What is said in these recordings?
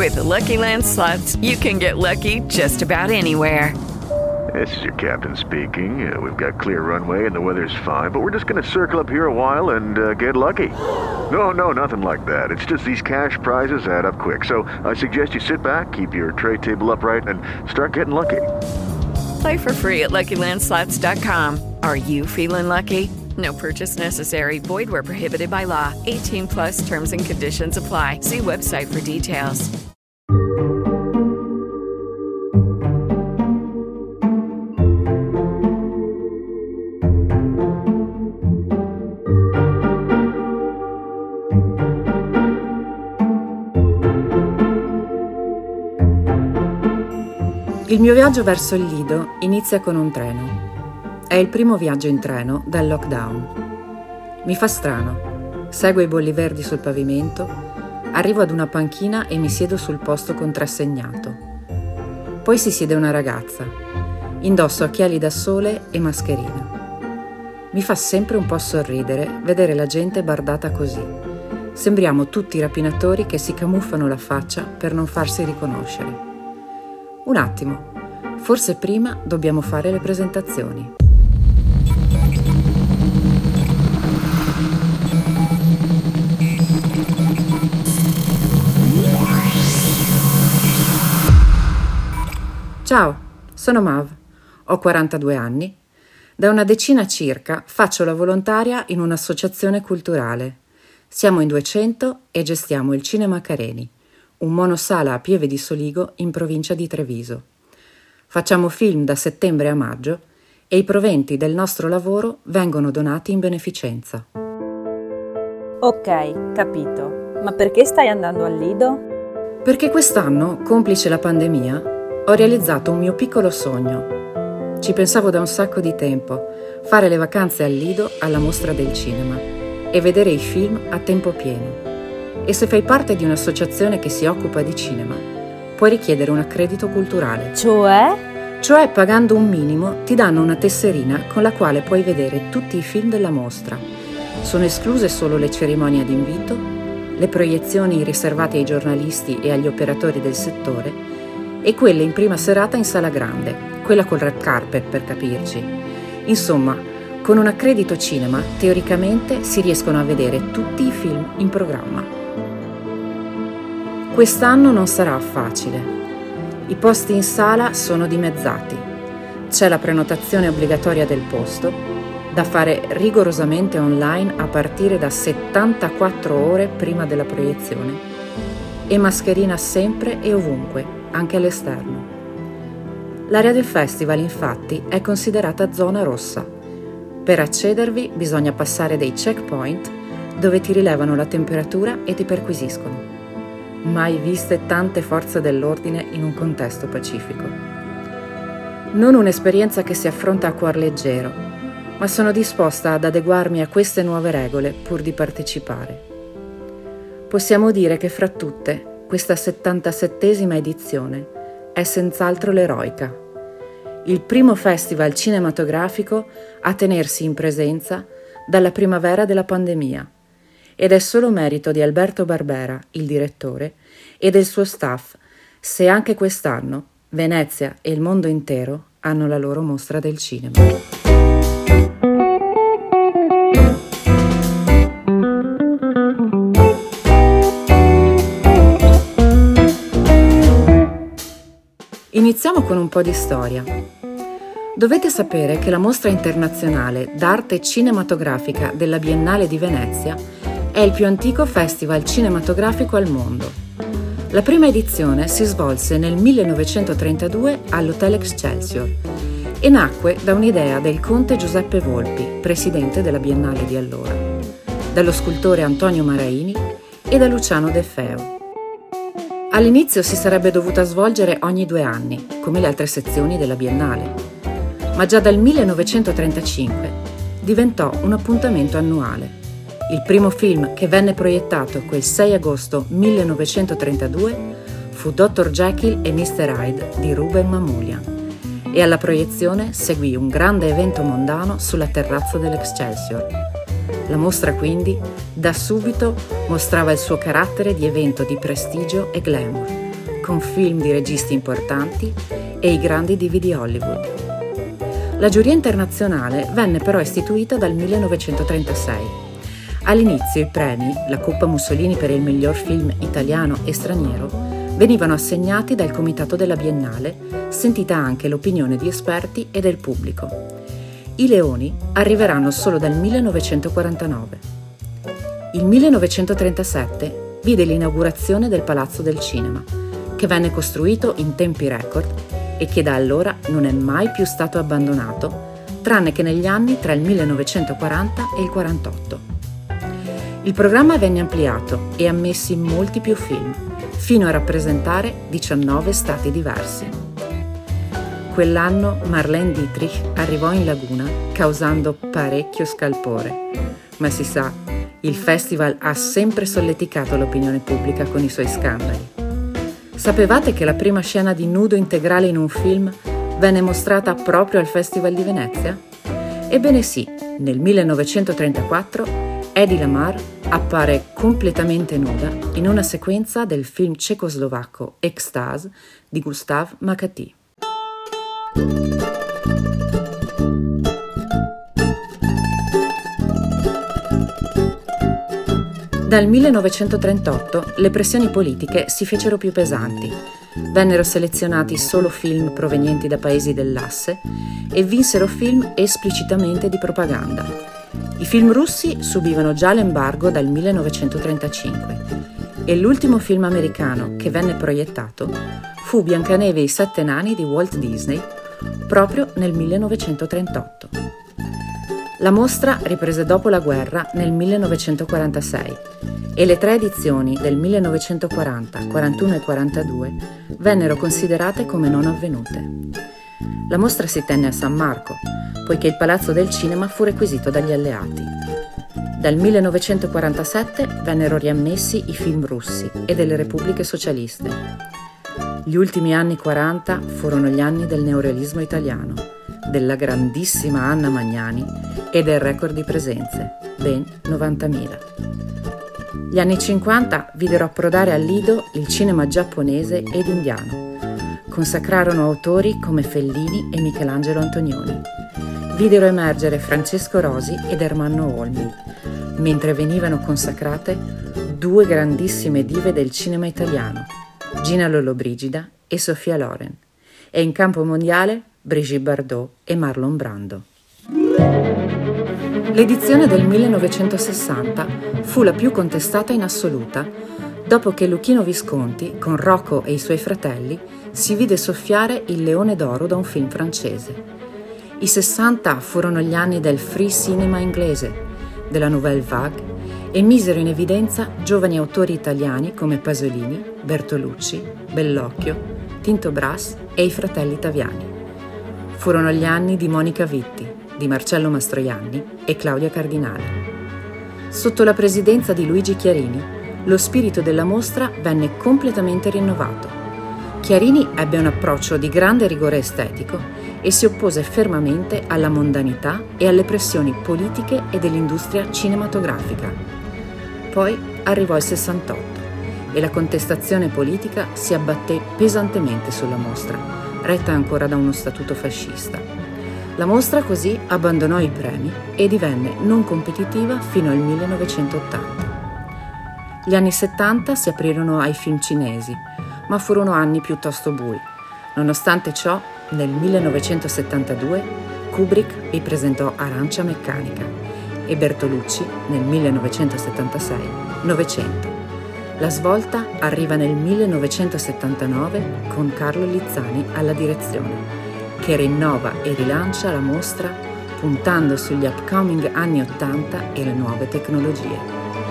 With the Lucky Land Slots, you can get lucky just about anywhere. This is your captain speaking. We've got clear runway and the weather's fine, but we're just going to circle up here a while and get lucky. No, nothing like that. It's just these cash prizes add up quick. So I suggest you sit back, keep your tray table upright, and start getting lucky. Play for free at LuckyLandSlots.com. Are you feeling lucky? No purchase necessary. Void where prohibited by law. 18 plus terms and conditions apply. See website for details. Il mio viaggio verso il Lido inizia con un treno. È il primo viaggio in treno dal lockdown. Mi fa strano. Seguo i bolli verdi sul pavimento, arrivo ad una panchina e mi siedo sul posto contrassegnato. Poi si siede una ragazza. Indosso occhiali da sole e mascherina. Mi fa sempre un po' sorridere vedere la gente bardata così. Sembriamo tutti rapinatori che si camuffano la faccia per non farsi riconoscere. Un attimo, forse prima dobbiamo fare le presentazioni. Ciao, sono Mav, ho 42 anni. Da una decina circa faccio la volontaria in un'associazione culturale. Siamo in 200 e gestiamo il Cinema Careni, un monosala a Pieve di Soligo in provincia di Treviso. Facciamo film da settembre a maggio e i proventi del nostro lavoro vengono donati in beneficenza. Ok, capito. Ma perché stai andando al Lido? Perché quest'anno, complice la pandemia, ho realizzato un mio piccolo sogno. Ci pensavo da un sacco di tempo, fare le vacanze al Lido alla Mostra del Cinema e vedere i film a tempo pieno. E se fai parte di un'associazione che si occupa di cinema, puoi richiedere un accredito culturale. Cioè, pagando un minimo, ti danno una tesserina con la quale puoi vedere tutti i film della mostra. Sono escluse solo le cerimonie ad invito, le proiezioni riservate ai giornalisti e agli operatori del settore e quelle in prima serata in sala grande, quella col red carpet per capirci. Insomma, con un accredito cinema, teoricamente si riescono a vedere tutti i film in programma. Quest'anno non sarà facile. I posti in sala sono dimezzati. C'è la prenotazione obbligatoria del posto, da fare rigorosamente online a partire da 74 ore prima della proiezione, e mascherina sempre e ovunque, anche all'esterno. L'area del festival, infatti, è considerata zona rossa. Per accedervi bisogna passare dei checkpoint dove ti rilevano la temperatura e ti perquisiscono. Mai viste tante forze dell'ordine in un contesto pacifico. Non un'esperienza che si affronta a cuor leggero, ma sono disposta ad adeguarmi a queste nuove regole pur di partecipare. Possiamo dire che fra tutte, questa 77esima edizione è senz'altro l'eroica. Il primo festival cinematografico a tenersi in presenza dalla primavera della pandemia. Ed è solo merito di Alberto Barbera, il direttore, e del suo staff, se anche quest'anno Venezia e il mondo intero hanno la loro mostra del cinema. Iniziamo con un po' di storia. Dovete sapere che la mostra internazionale d'arte cinematografica della Biennale di Venezia è il più antico festival cinematografico al mondo. La prima edizione si svolse nel 1932 all'Hotel Excelsior e nacque da un'idea del conte Giuseppe Volpi, presidente della Biennale di allora, dallo scultore Antonio Maraini e da Luciano De Feo. All'inizio si sarebbe dovuta svolgere ogni 2 anni, come le altre sezioni della Biennale, ma già dal 1935 diventò un appuntamento annuale. Il primo film che venne proiettato quel 6 agosto 1932 fu Dr. Jekyll e Mr. Hyde di Ruben Mamoulian e alla proiezione seguì un grande evento mondano sulla terrazza dell'Excelsior. La mostra quindi da subito mostrava il suo carattere di evento di prestigio e glamour, con film di registi importanti e i grandi divi di Hollywood. La giuria internazionale venne però istituita dal 1936. All'inizio i premi, la Coppa Mussolini per il miglior film italiano e straniero, venivano assegnati dal Comitato della Biennale, sentita anche l'opinione di esperti e del pubblico. I leoni arriveranno solo dal 1949. Il 1937 vide l'inaugurazione del Palazzo del Cinema, che venne costruito in tempi record e che da allora non è mai più stato abbandonato, tranne che negli anni tra il 1940 e il 48. Il programma venne ampliato e ammessi molti più film, fino a rappresentare 19 stati diversi. Quell'anno Marlene Dietrich arrivò in Laguna causando parecchio scalpore, ma si sa, il festival ha sempre solleticato l'opinione pubblica con i suoi scandali. Sapevate che la prima scena di nudo integrale in un film venne mostrata proprio al Festival di Venezia? Ebbene sì, nel 1934 Hedy Lamarr appare completamente nuda in una sequenza del film cecoslovacco Extase di Gustav Makati. Dal 1938 le pressioni politiche si fecero più pesanti. Vennero selezionati solo film provenienti da paesi dell'asse e vinsero film esplicitamente di propaganda. I film russi subivano già l'embargo dal 1935 e l'ultimo film americano che venne proiettato fu Biancaneve e i Sette Nani di Walt Disney proprio nel 1938. La mostra riprese dopo la guerra nel 1946 e le 3 edizioni del 1940, 41 e 42 vennero considerate come non avvenute. La mostra si tenne a San Marco, poiché il Palazzo del Cinema fu requisito dagli alleati. Dal 1947 vennero riammessi i film russi e delle repubbliche socialiste. Gli ultimi anni 40 furono gli anni del neorealismo italiano, della grandissima Anna Magnani e del record di presenze, ben 90.000. Gli anni 50 videro approdare al Lido il cinema giapponese ed indiano. Consacrarono autori come Fellini e Michelangelo Antonioni. Videro emergere Francesco Rosi ed Ermanno Olmi, mentre venivano consacrate 2 grandissime dive del cinema italiano, Gina Lollobrigida e Sofia Loren, e in campo mondiale Brigitte Bardot e Marlon Brando. L'edizione del 1960 fu la più contestata in assoluta, dopo che Luchino Visconti, con Rocco e i suoi fratelli, si vide soffiare il Leone d'Oro da un film francese. I 60 furono gli anni del free cinema inglese, della Nouvelle Vague, e misero in evidenza giovani autori italiani come Pasolini, Bertolucci, Bellocchio, Tinto Brass e i fratelli Taviani. Furono gli anni di Monica Vitti, di Marcello Mastroianni e Claudia Cardinale. Sotto la presidenza di Luigi Chiarini, lo spirito della mostra venne completamente rinnovato. Chiarini ebbe un approccio di grande rigore estetico e si oppose fermamente alla mondanità e alle pressioni politiche e dell'industria cinematografica. Poi arrivò il 68 e la contestazione politica si abbatté pesantemente sulla mostra, retta ancora da uno statuto fascista. La mostra così abbandonò i premi e divenne non competitiva fino al 1980. Gli anni 70 si aprirono ai film cinesi, ma furono anni piuttosto bui. Nonostante ciò, nel 1972 Kubrick ripresentò Arancia Meccanica e Bertolucci nel 1976 Novecento. La svolta arriva nel 1979 con Carlo Lizzani alla direzione, che rinnova e rilancia la mostra puntando sugli upcoming anni 80 e le nuove tecnologie.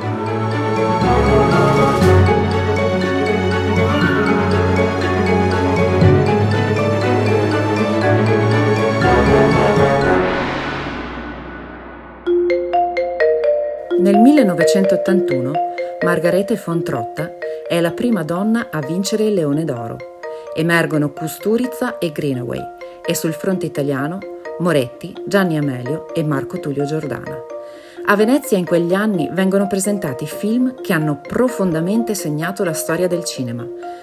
Nel 1981 Margarete von Trotta è la prima donna a vincere il Leone d'Oro. Emergono Kusturica e Greenaway e sul fronte italiano Moretti, Gianni Amelio e Marco Tullio Giordana. A Venezia in quegli anni vengono presentati film che hanno profondamente segnato la storia del cinema.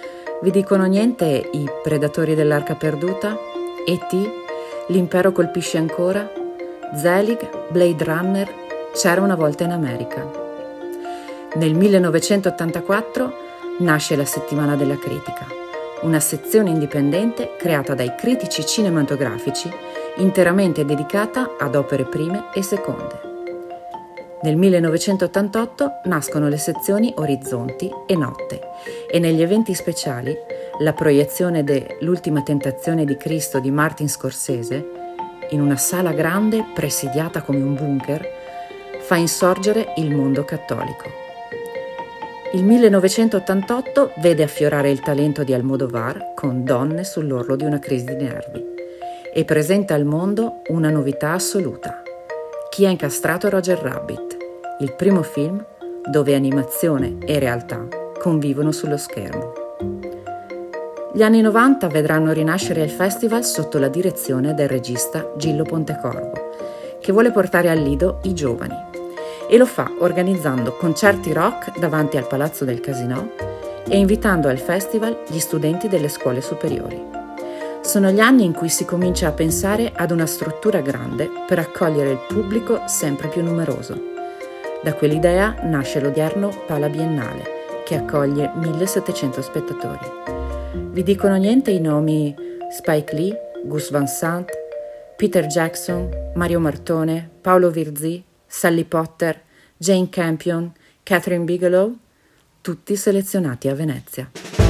Vi dicono niente I Predatori dell'Arca Perduta? E.T.? L'impero colpisce ancora? Zelig? Blade Runner? C'era una volta in America. Nel 1984 nasce la Settimana della Critica, una sezione indipendente creata dai critici cinematografici interamente dedicata ad opere prime e seconde. Nel 1988 nascono le sezioni Orizzonti e Notte e negli eventi speciali la proiezione de L'ultima tentazione di Cristo di Martin Scorsese in una sala grande presidiata come un bunker fa insorgere il mondo cattolico. Il 1988 vede affiorare il talento di Almodovar con Donne sull'orlo di una crisi di nervi e presenta al mondo una novità assoluta. Chi ha incastrato Roger Rabbit, il primo film dove animazione e realtà convivono sullo schermo. Gli anni 90 vedranno rinascere il festival sotto la direzione del regista Gillo Pontecorvo, che vuole portare al Lido i giovani, e lo fa organizzando concerti rock davanti al Palazzo del Casinò e invitando al festival gli studenti delle scuole superiori. Sono gli anni in cui si comincia a pensare ad una struttura grande per accogliere il pubblico sempre più numeroso. Da quell'idea nasce l'odierno Pala Biennale, che accoglie 1700 spettatori. Vi dicono niente i nomi Spike Lee, Gus Van Sant, Peter Jackson, Mario Martone, Paolo Virzì, Sally Potter, Jane Campion, Catherine Bigelow, tutti selezionati a Venezia.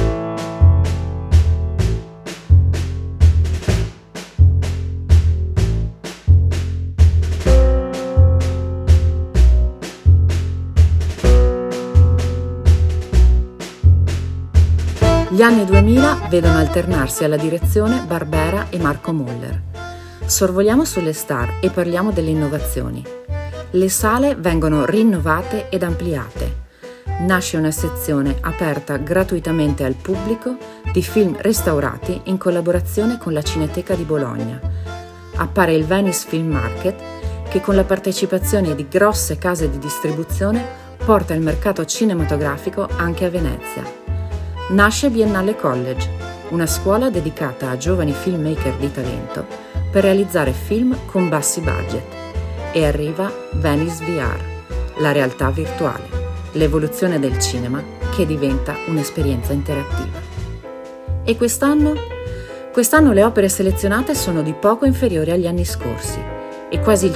Gli anni 2000 vedono alternarsi alla direzione Barbera e Marco Moller. Sorvoliamo sulle star e parliamo delle innovazioni. Le sale vengono rinnovate ed ampliate. Nasce una sezione aperta gratuitamente al pubblico di film restaurati in collaborazione con la Cineteca di Bologna. Appare il Venice Film Market che con la partecipazione di grosse case di distribuzione porta il mercato cinematografico anche a Venezia. Nasce Biennale College, una scuola dedicata a giovani filmmaker di talento per realizzare film con bassi budget. E arriva Venice VR, la realtà virtuale, l'evoluzione del cinema che diventa un'esperienza interattiva. E quest'anno? Quest'anno le opere selezionate sono di poco inferiori agli anni scorsi e quasi il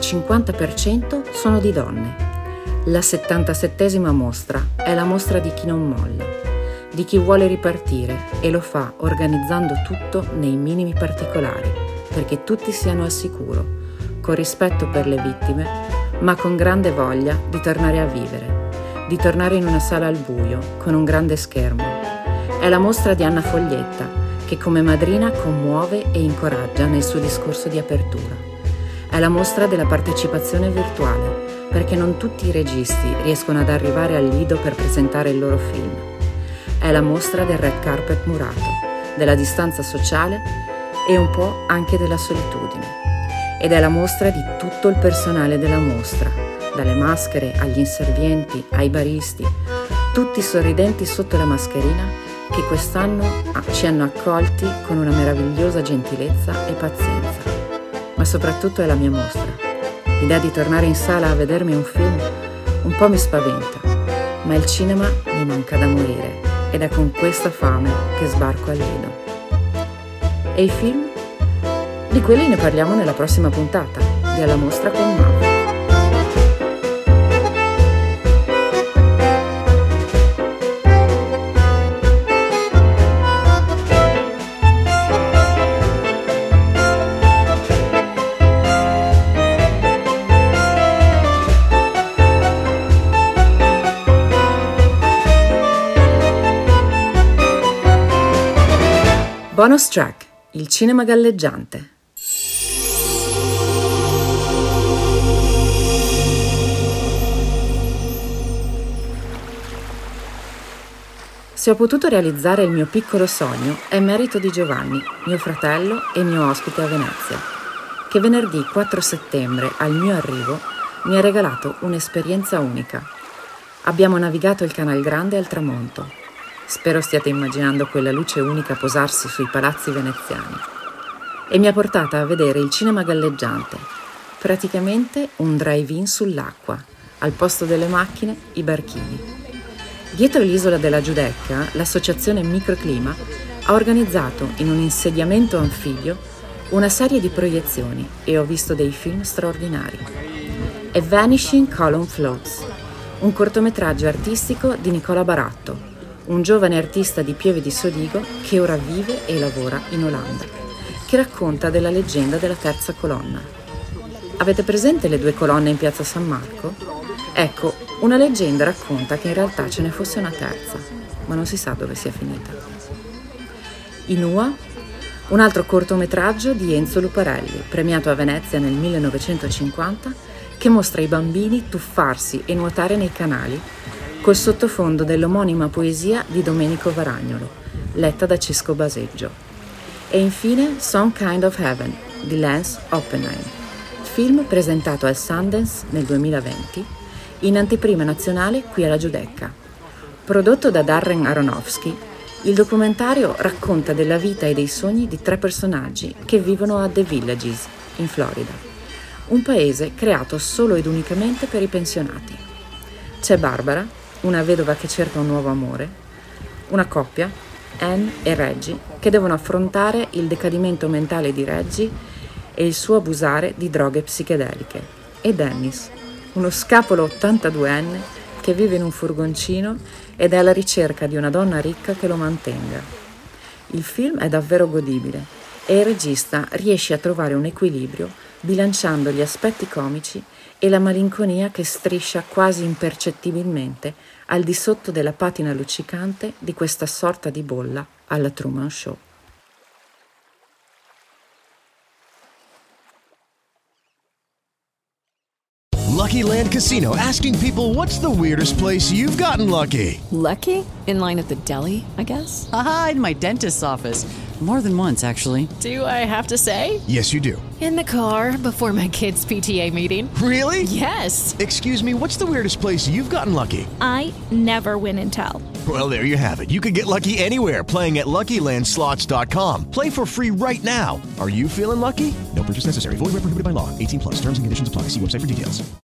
50% sono di donne. La 77esima mostra è la mostra di chi non molla, di chi vuole ripartire e lo fa organizzando tutto nei minimi particolari, perché tutti siano al sicuro, con rispetto per le vittime, ma con grande voglia di tornare a vivere, di tornare in una sala al buio, con un grande schermo. È la mostra di Anna Foglietta, che come madrina commuove e incoraggia nel suo discorso di apertura. È la mostra della partecipazione virtuale, perché non tutti i registi riescono ad arrivare al Lido per presentare il loro film. È la mostra del red carpet murato, della distanza sociale e un po' anche della solitudine. Ed è la mostra di tutto il personale della mostra, dalle maschere agli inservienti, ai baristi, tutti sorridenti sotto la mascherina che quest'anno ci hanno accolti con una meravigliosa gentilezza e pazienza. Ma soprattutto è la mia mostra. L'idea di tornare in sala a vedermi un film un po' mi spaventa, ma il cinema mi manca da morire. Ed è con questa fame che sbarco al Lido. E i film? Di quelli ne parliamo nella prossima puntata di Alla Mostra con Mav. Bonus track, il cinema galleggiante. Se ho potuto realizzare il mio piccolo sogno è merito di Giovanni, mio fratello e mio ospite a Venezia, che venerdì 4 settembre, al mio arrivo, mi ha regalato un'esperienza unica. Abbiamo navigato il Canal Grande al tramonto. Spero stiate immaginando quella luce unica posarsi sui palazzi veneziani. E mi ha portata a vedere il cinema galleggiante, praticamente un drive-in sull'acqua, al posto delle macchine, i barchini. Dietro l'isola della Giudecca, l'associazione Microclima ha organizzato in un insediamento anfibio una serie di proiezioni e ho visto dei film straordinari. È Vanishing Column Floats, un cortometraggio artistico di Nicola Baratto, un giovane artista di Pieve di Sodigo che ora vive e lavora in Olanda, che racconta della leggenda della terza colonna. Avete presente le 2 colonne in piazza San Marco? Ecco, una leggenda racconta che in realtà ce ne fosse una terza, ma non si sa dove sia finita. Inua, un altro cortometraggio di Enzo Luparelli, premiato a Venezia nel 1950, che mostra i bambini tuffarsi e nuotare nei canali, col sottofondo dell'omonima poesia di Domenico Varagnolo, letta da Cesco Baseggio. E infine Some Kind of Heaven di Lance Oppenheim, film presentato al Sundance nel 2020, in anteprima nazionale qui alla Giudecca. Prodotto da Darren Aronofsky, il documentario racconta della vita e dei sogni di 3 personaggi che vivono a The Villages, in Florida, un paese creato solo ed unicamente per i pensionati. C'è Barbara, una vedova che cerca un nuovo amore, una coppia, Anne e Reggie, che devono affrontare il decadimento mentale di Reggie e il suo abusare di droghe psichedeliche, e Dennis, uno scapolo 82enne che vive in un furgoncino ed è alla ricerca di una donna ricca che lo mantenga. Il film è davvero godibile e il regista riesce a trovare un equilibrio bilanciando gli aspetti comici e la malinconia che striscia quasi impercettibilmente al di sotto della patina luccicante di questa sorta di bolla alla Truman Show. Lucky Land Casino, asking people, what's the weirdest place you've gotten lucky? Lucky? In line at the deli, I guess? Aha, in my dentist's office. More than once, actually. Do I have to say? Yes, you do. In the car before my kids' PTA meeting. Really? Yes. Excuse me, what's the weirdest place you've gotten lucky? I never win and tell. Well, there you have it. You can get lucky anywhere, playing at LuckyLandSlots.com. Play for free right now. Are you feeling lucky? No purchase necessary. Void where prohibited by law. 18+. Terms and conditions apply. See website for details.